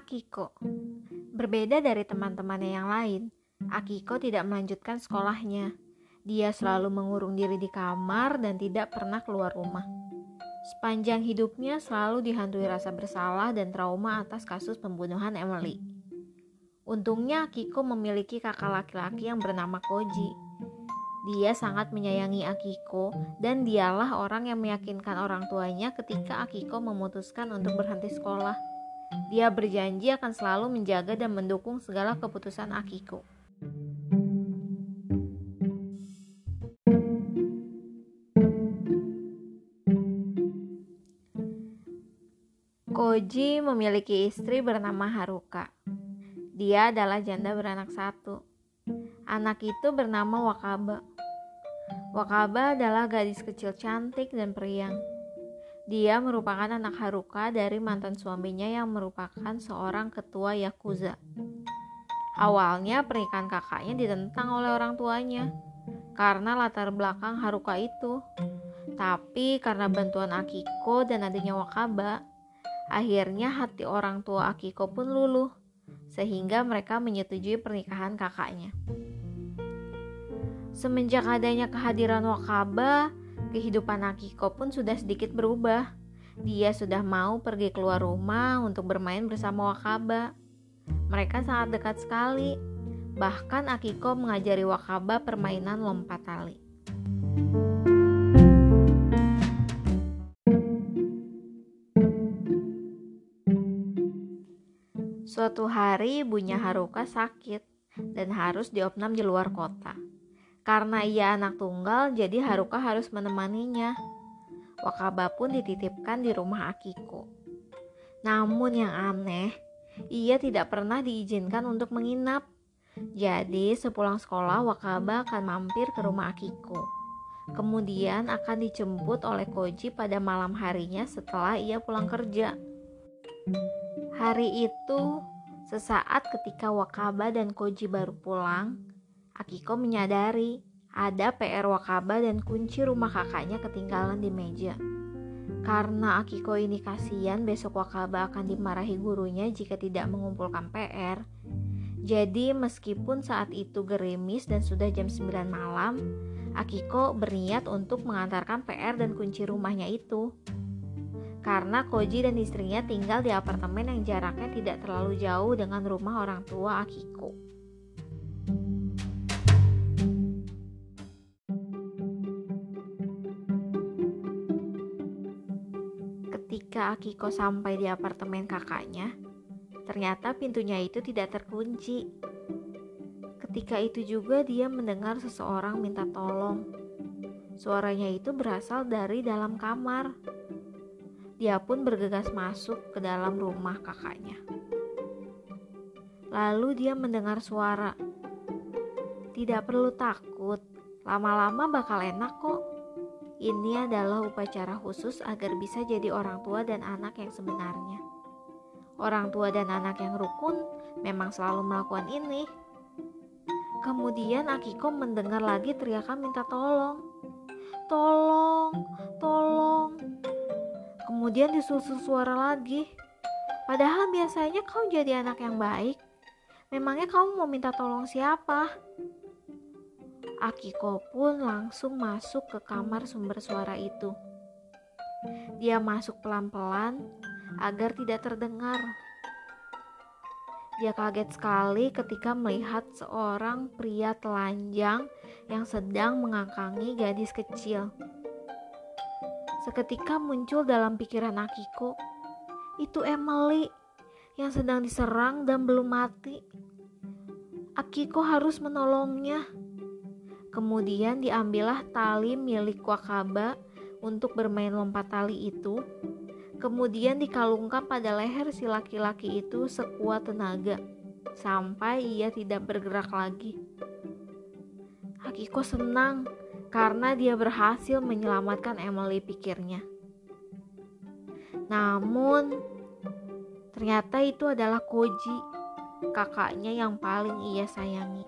Akiko. Berbeda dari teman-temannya yang lain, Akiko tidak melanjutkan sekolahnya. Dia selalu mengurung diri di kamar dan tidak pernah keluar rumah. Sepanjang hidupnya selalu dihantui rasa bersalah dan trauma atas kasus pembunuhan Emily. Untungnya Akiko memiliki kakak laki-laki yang bernama Koji. Dia sangat menyayangi Akiko dan dialah orang yang meyakinkan orang tuanya ketika Akiko memutuskan untuk berhenti sekolah. Dia berjanji akan selalu menjaga dan mendukung segala keputusan Akiko. Koji memiliki istri bernama Haruka. Dia adalah janda beranak satu. Anak itu bernama Wakaba. Wakaba adalah gadis kecil cantik dan periang. Dia merupakan anak Haruka dari mantan suaminya yang merupakan seorang ketua Yakuza. Awalnya pernikahan kakaknya ditentang oleh orang tuanya karena latar belakang Haruka itu. Tapi karena bantuan Akiko dan adanya Wakaba, akhirnya hati orang tua Akiko pun luluh, sehingga mereka menyetujui pernikahan kakaknya. Semenjak adanya kehadiran Wakaba, kehidupan Akiko pun sudah sedikit berubah. Dia sudah mau pergi keluar rumah untuk bermain bersama Wakaba. Mereka sangat dekat sekali. Bahkan Akiko mengajari Wakaba permainan lompat tali. Suatu hari ibunya Haruka sakit dan harus diopnam di luar kota. Karena ia anak tunggal, jadi Haruka harus menemaninya. Wakaba pun dititipkan di rumah Akiko. Namun yang aneh, ia tidak pernah diizinkan untuk menginap. Jadi sepulang sekolah Wakaba akan mampir ke rumah Akiko. Kemudian akan dijemput oleh Koji pada malam harinya setelah ia pulang kerja. Hari itu, sesaat ketika Wakaba dan Koji baru pulang, Akiko menyadari ada PR Wakaba dan kunci rumah kakaknya ketinggalan di meja. Karena Akiko ini kasihan besok Wakaba akan dimarahi gurunya jika tidak mengumpulkan PR. Jadi meskipun saat itu gerimis dan sudah jam 9 malam, Akiko berniat untuk mengantarkan PR dan kunci rumahnya itu. Karena Koji dan istrinya tinggal di apartemen yang jaraknya tidak terlalu jauh dengan rumah orang tua Akiko. Ketika Akiko sampai di apartemen kakaknya, ternyata pintunya itu tidak terkunci. Ketika itu juga dia mendengar seseorang minta tolong. Suaranya itu berasal dari dalam kamar. Dia pun bergegas masuk ke dalam rumah kakaknya. Lalu dia mendengar suara. Tidak perlu takut, lama-lama bakal enak kok. Ini adalah upacara khusus agar bisa jadi orang tua dan anak yang sebenarnya. Orang tua dan anak yang rukun memang selalu melakukan ini. Kemudian Akiko mendengar lagi teriakan minta tolong. Tolong, tolong. Kemudian disusul suara lagi. Padahal biasanya kau jadi anak yang baik. Memangnya kamu mau minta tolong siapa? Akiko pun langsung masuk ke kamar sumber suara itu. Dia masuk pelan-pelan agar tidak terdengar. Dia kaget sekali ketika melihat seorang pria telanjang yang sedang mengangkangi gadis kecil. Seketika muncul dalam pikiran Akiko, itu Emily yang sedang diserang dan belum mati. Akiko harus menolongnya. Kemudian diambillah tali milik Wakaba untuk bermain lompat tali itu. Kemudian dikalungkan pada leher si laki-laki itu sekuat tenaga sampai ia tidak bergerak lagi. Akiko senang karena dia berhasil menyelamatkan Emily, pikirnya. Namun ternyata itu adalah Koji, kakaknya yang paling ia sayangi.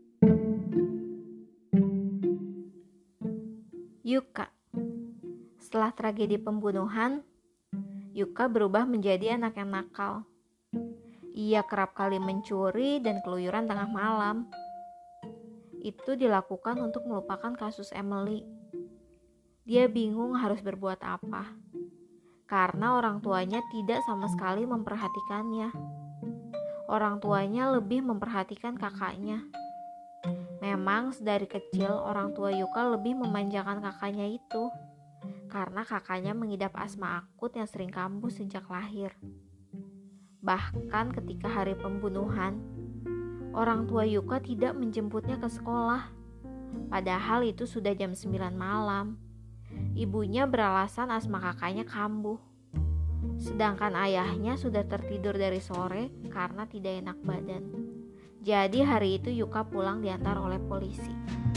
Yuka. Setelah tragedi pembunuhan, Yuka berubah menjadi anak yang nakal. Ia kerap kali mencuri dan keluyuran tengah malam. Itu dilakukan untuk melupakan kasus Emily. Dia bingung harus berbuat apa, karena orang tuanya tidak sama sekali memperhatikannya. Orang tuanya lebih memperhatikan kakaknya. Memang dari kecil orang tua Yuka lebih memanjakan kakaknya itu, karena kakaknya mengidap asma akut yang sering kambuh sejak lahir. Bahkan ketika hari pembunuhan, orang tua Yuka tidak menjemputnya ke sekolah. Padahal itu sudah jam 9 malam. Ibunya beralasan asma kakaknya kambuh. Sedangkan ayahnya sudah tertidur dari sore karena tidak enak badan. Jadi hari itu Yuka pulang diantar oleh polisi.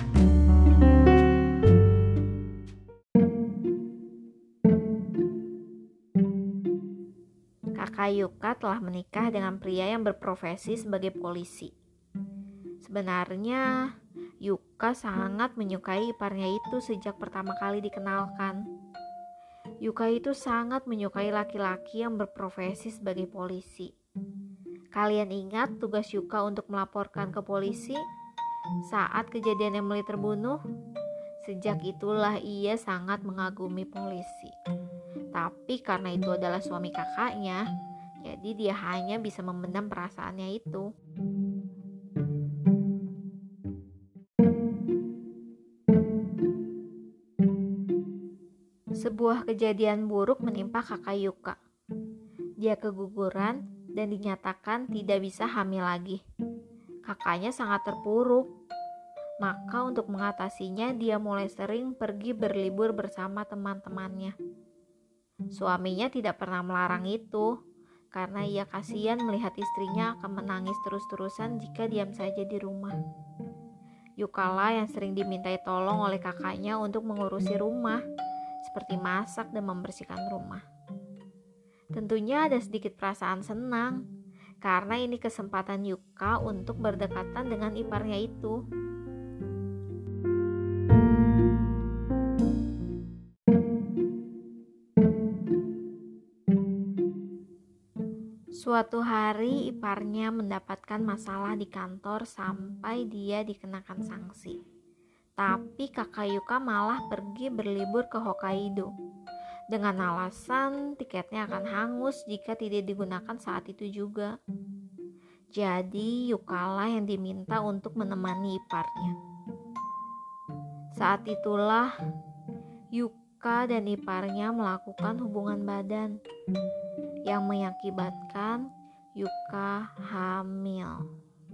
Kakak Yuka telah menikah dengan pria yang berprofesi sebagai polisi. Sebenarnya Yuka sangat menyukai iparnya itu sejak pertama kali dikenalkan. Yuka itu sangat menyukai laki-laki yang berprofesi sebagai polisi. Kalian ingat tugas Yuka untuk melaporkan ke polisi saat kejadian Emily terbunuh? Sejak itulah ia sangat mengagumi polisi. Tapi karena itu adalah suami kakaknya, jadi dia hanya bisa memendam perasaannya itu. Sebuah kejadian buruk menimpa kakak Yuka. Dia keguguran dan dinyatakan tidak bisa hamil lagi. Kakaknya sangat terpuruk. Maka untuk mengatasinya dia mulai sering pergi berlibur bersama teman-temannya. Suaminya tidak pernah melarang itu, karena ia kasihan melihat istrinya akan menangis terus-terusan jika diam saja di rumah. Yukalah yang sering dimintai tolong oleh kakaknya untuk mengurusi rumah, seperti masak dan membersihkan rumah. Tentunya ada sedikit perasaan senang, karena ini kesempatan Yuka untuk berdekatan dengan iparnya itu. Suatu hari iparnya mendapatkan masalah di kantor sampai dia dikenakan sanksi. Tapi kakak Yuka malah pergi berlibur ke Hokkaido dengan alasan tiketnya akan hangus jika tidak digunakan saat itu juga. Jadi Yukalah yang diminta untuk menemani iparnya. Saat itulah Yuka dan iparnya melakukan hubungan badan yang mengakibatkan Yuka hamil.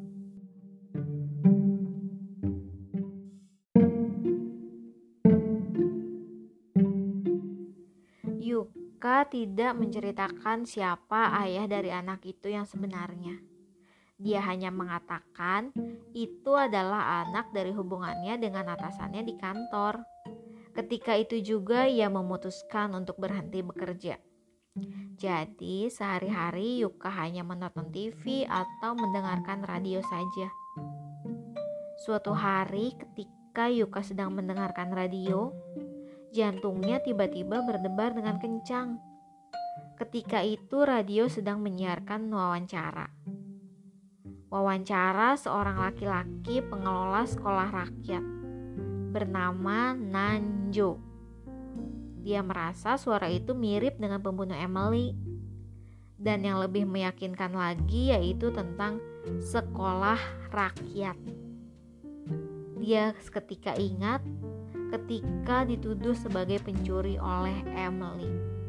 Yuka tidak menceritakan siapa ayah dari anak itu yang sebenarnya. Dia hanya mengatakan itu adalah anak dari hubungannya dengan atasannya di kantor. Ketika itu juga ia memutuskan untuk berhenti bekerja. Jadi sehari-hari Yuka hanya menonton TV atau mendengarkan radio saja. Suatu hari ketika Yuka sedang mendengarkan radio, jantungnya tiba-tiba berdebar dengan kencang. Ketika itu radio sedang menyiarkan wawancara. Wawancara seorang laki-laki pengelola sekolah rakyat bernama Nanjo. Dia merasa suara itu mirip dengan pembunuh Emily. Dan yang lebih meyakinkan lagi yaitu tentang sekolah rakyat. Dia seketika ingat ketika dituduh sebagai pencuri oleh Emily.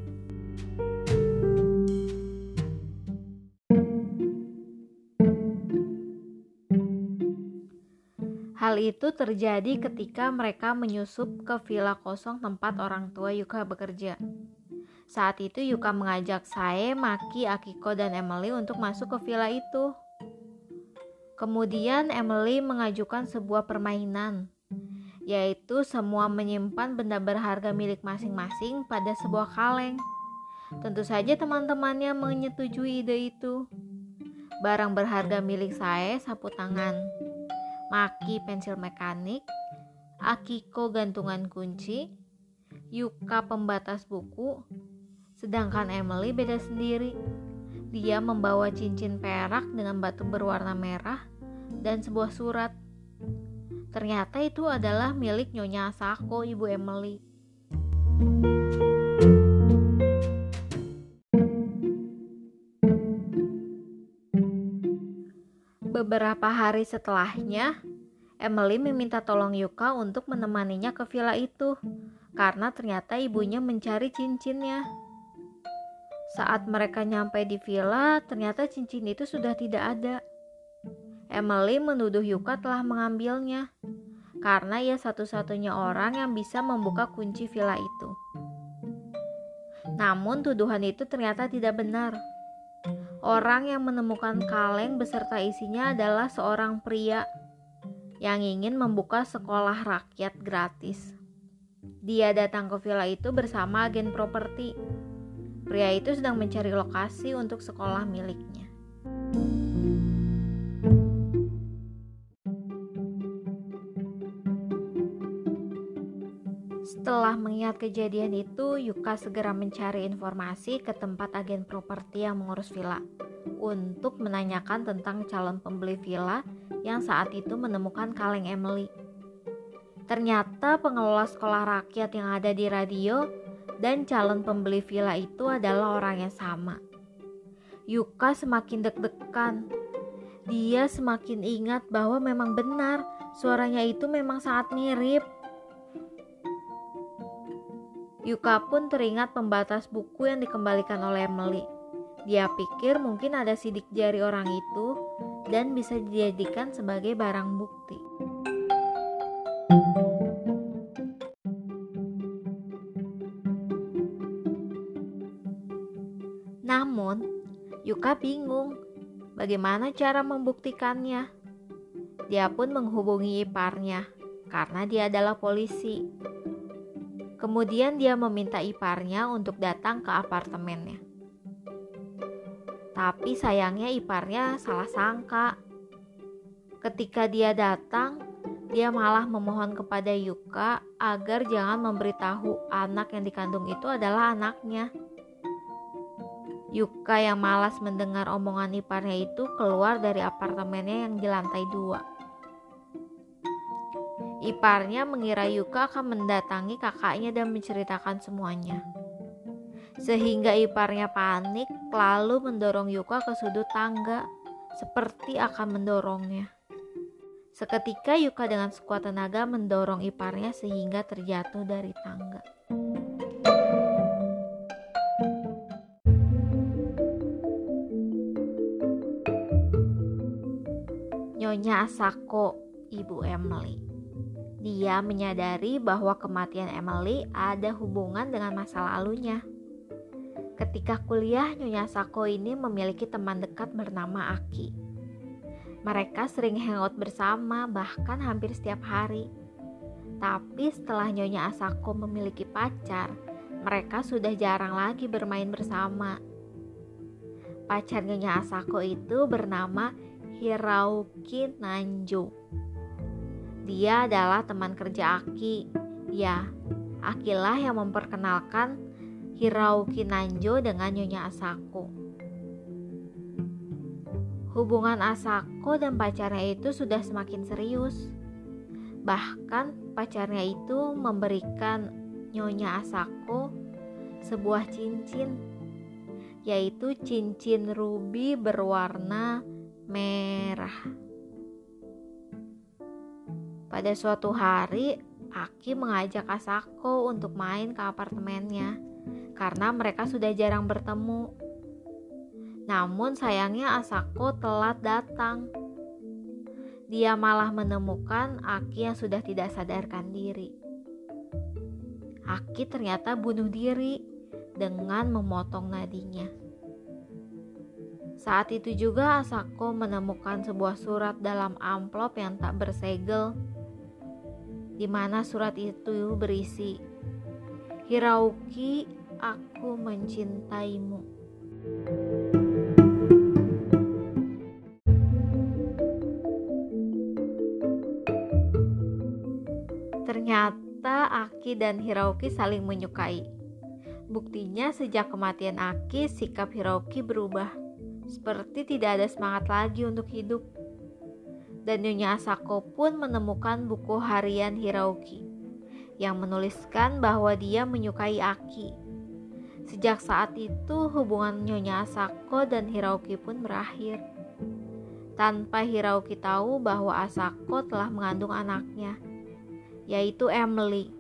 Hal itu terjadi ketika mereka menyusup ke villa kosong tempat orang tua Yuka bekerja. Saat itu Yuka mengajak Sae, Maki, Akiko, dan Emily untuk masuk ke villa itu. Kemudian Emily mengajukan sebuah permainan, yaitu semua menyimpan benda berharga milik masing-masing pada sebuah kaleng. Tentu saja teman-temannya menyetujui ide itu. Barang berharga milik Sae sapu tangan, Maki pensil mekanik, Akiko gantungan kunci, Yuka pembatas buku, sedangkan Emily beda sendiri. Dia membawa cincin perak dengan batu berwarna merah dan sebuah surat. Ternyata itu adalah milik Nyonya Asako, Ibu Emily. Beberapa hari setelahnya, Emily meminta tolong Yuka untuk menemaninya ke villa itu, karena ternyata ibunya mencari cincinnya. Saat mereka nyampe di villa, ternyata cincin itu sudah tidak ada. Emily menuduh Yuka telah mengambilnya, karena ia satu-satunya orang yang bisa membuka kunci villa itu. Namun tuduhan itu ternyata tidak benar. Orang yang menemukan kaleng beserta isinya adalah seorang pria yang ingin membuka sekolah rakyat gratis. Dia datang ke villa itu bersama agen properti. Pria itu sedang mencari lokasi untuk sekolah miliknya. Setelah mengingat kejadian itu, Yuka segera mencari informasi ke tempat agen properti yang mengurus villa untuk menanyakan tentang calon pembeli villa yang saat itu menemukan kaleng Emily. Ternyata pengelola sekolah rakyat yang ada di radio dan calon pembeli villa itu adalah orang yang sama. Yuka semakin deg-degan. Dia semakin ingat bahwa memang benar, suaranya itu memang sangat mirip. Yuka pun teringat pembatas buku yang dikembalikan oleh Emily. Dia pikir mungkin ada sidik jari orang itu dan bisa dijadikan sebagai barang bukti. Namun, Yuka bingung bagaimana cara membuktikannya. Dia pun menghubungi iparnya karena dia adalah polisi. Kemudian dia meminta iparnya untuk datang ke apartemennya. Tapi sayangnya iparnya salah sangka. Ketika dia datang, dia malah memohon kepada Yuka agar jangan memberitahu anak yang dikandung itu adalah anaknya. Yuka yang malas mendengar omongan iparnya itu keluar dari apartemennya yang di lantai 2. Iparnya mengira Yuka akan mendatangi kakaknya dan menceritakan semuanya. Sehingga iparnya panik lalu mendorong Yuka ke sudut tangga seperti akan mendorongnya. Seketika Yuka dengan sekuat tenaga mendorong iparnya sehingga terjatuh dari tangga. Nyonya Asako, Ibu Emily. Dia menyadari bahwa kematian Emily ada hubungan dengan masa lalunya. Ketika kuliah, Nyonya Asako ini memiliki teman dekat bernama Aki. Mereka sering hangout bersama, bahkan hampir setiap hari. Tapi setelah Nyonya Asako memiliki pacar, mereka sudah jarang lagi bermain bersama. Pacar Nyonya Asako itu bernama Hirauki Nanjo. Dia adalah teman kerja Aki. Ya, Akilah yang memperkenalkan Hirauki Nanjo dengan Nyonya Asako. Hubungan Asako dan pacarnya itu sudah semakin serius. Bahkan pacarnya itu memberikan Nyonya Asako sebuah cincin, yaitu cincin ruby berwarna merah. Pada suatu hari, Aki mengajak Asako untuk main ke apartemennya karena mereka sudah jarang bertemu. Namun sayangnya Asako telat datang. Dia malah menemukan Aki yang sudah tidak sadarkan diri. Aki ternyata bunuh diri dengan memotong nadinya. Saat itu juga Asako menemukan sebuah surat dalam amplop yang tak bersegel, di mana surat itu berisi, "Hirauki, aku mencintaimu." Ternyata Ternyata Aki dan Hiroki saling menyukai. Buktinya sejak kematian Aki, sikap Hiroki berubah. Seperti tidak ada semangat lagi untuk hidup. Dan Nyonya Asako pun menemukan buku harian Hiroki yang menuliskan bahwa dia menyukai Aki. Sejak saat itu hubungan Nyonya Asako dan Hiroki pun berakhir. Tanpa Hiroki tahu bahwa Asako telah mengandung anaknya, yaitu Emily.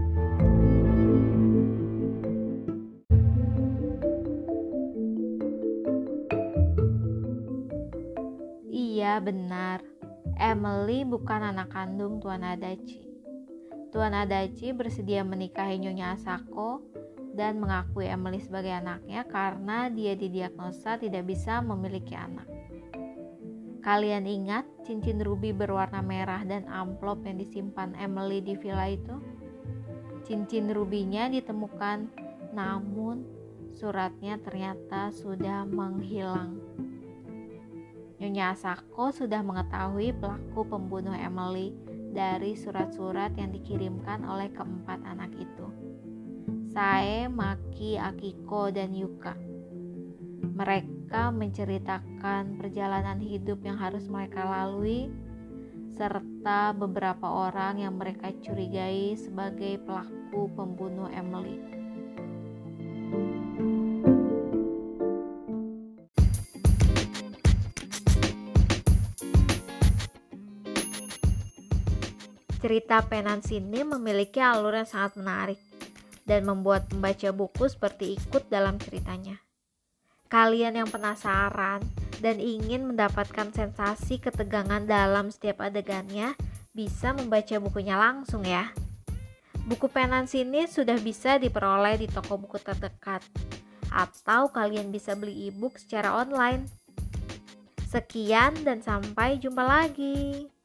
Iya benar, Emily bukan anak kandung Tuan Adachi. Tuan Adachi bersedia menikahi Nyonya Asako dan mengakui Emily sebagai anaknya karena dia didiagnosa tidak bisa memiliki anak. Kalian ingat cincin ruby berwarna merah dan amplop yang disimpan Emily di villa itu? Cincin rubinya ditemukan, namun suratnya ternyata sudah menghilang. Nyonya Asako sudah mengetahui pelaku pembunuh Emily dari surat-surat yang dikirimkan oleh keempat anak itu, Sae, Maki, Akiko, dan Yuka. Mereka menceritakan perjalanan hidup yang harus mereka lalui, serta beberapa orang yang mereka curigai sebagai pelaku pembunuh Emily. Cerita Penance ini memiliki alur yang sangat menarik dan membuat pembaca buku seperti ikut dalam ceritanya. Kalian yang penasaran dan ingin mendapatkan sensasi ketegangan dalam setiap adegannya bisa membaca bukunya langsung ya. Buku Penance ini sudah bisa diperoleh di toko buku terdekat atau kalian bisa beli e-book secara online. Sekian dan sampai jumpa lagi.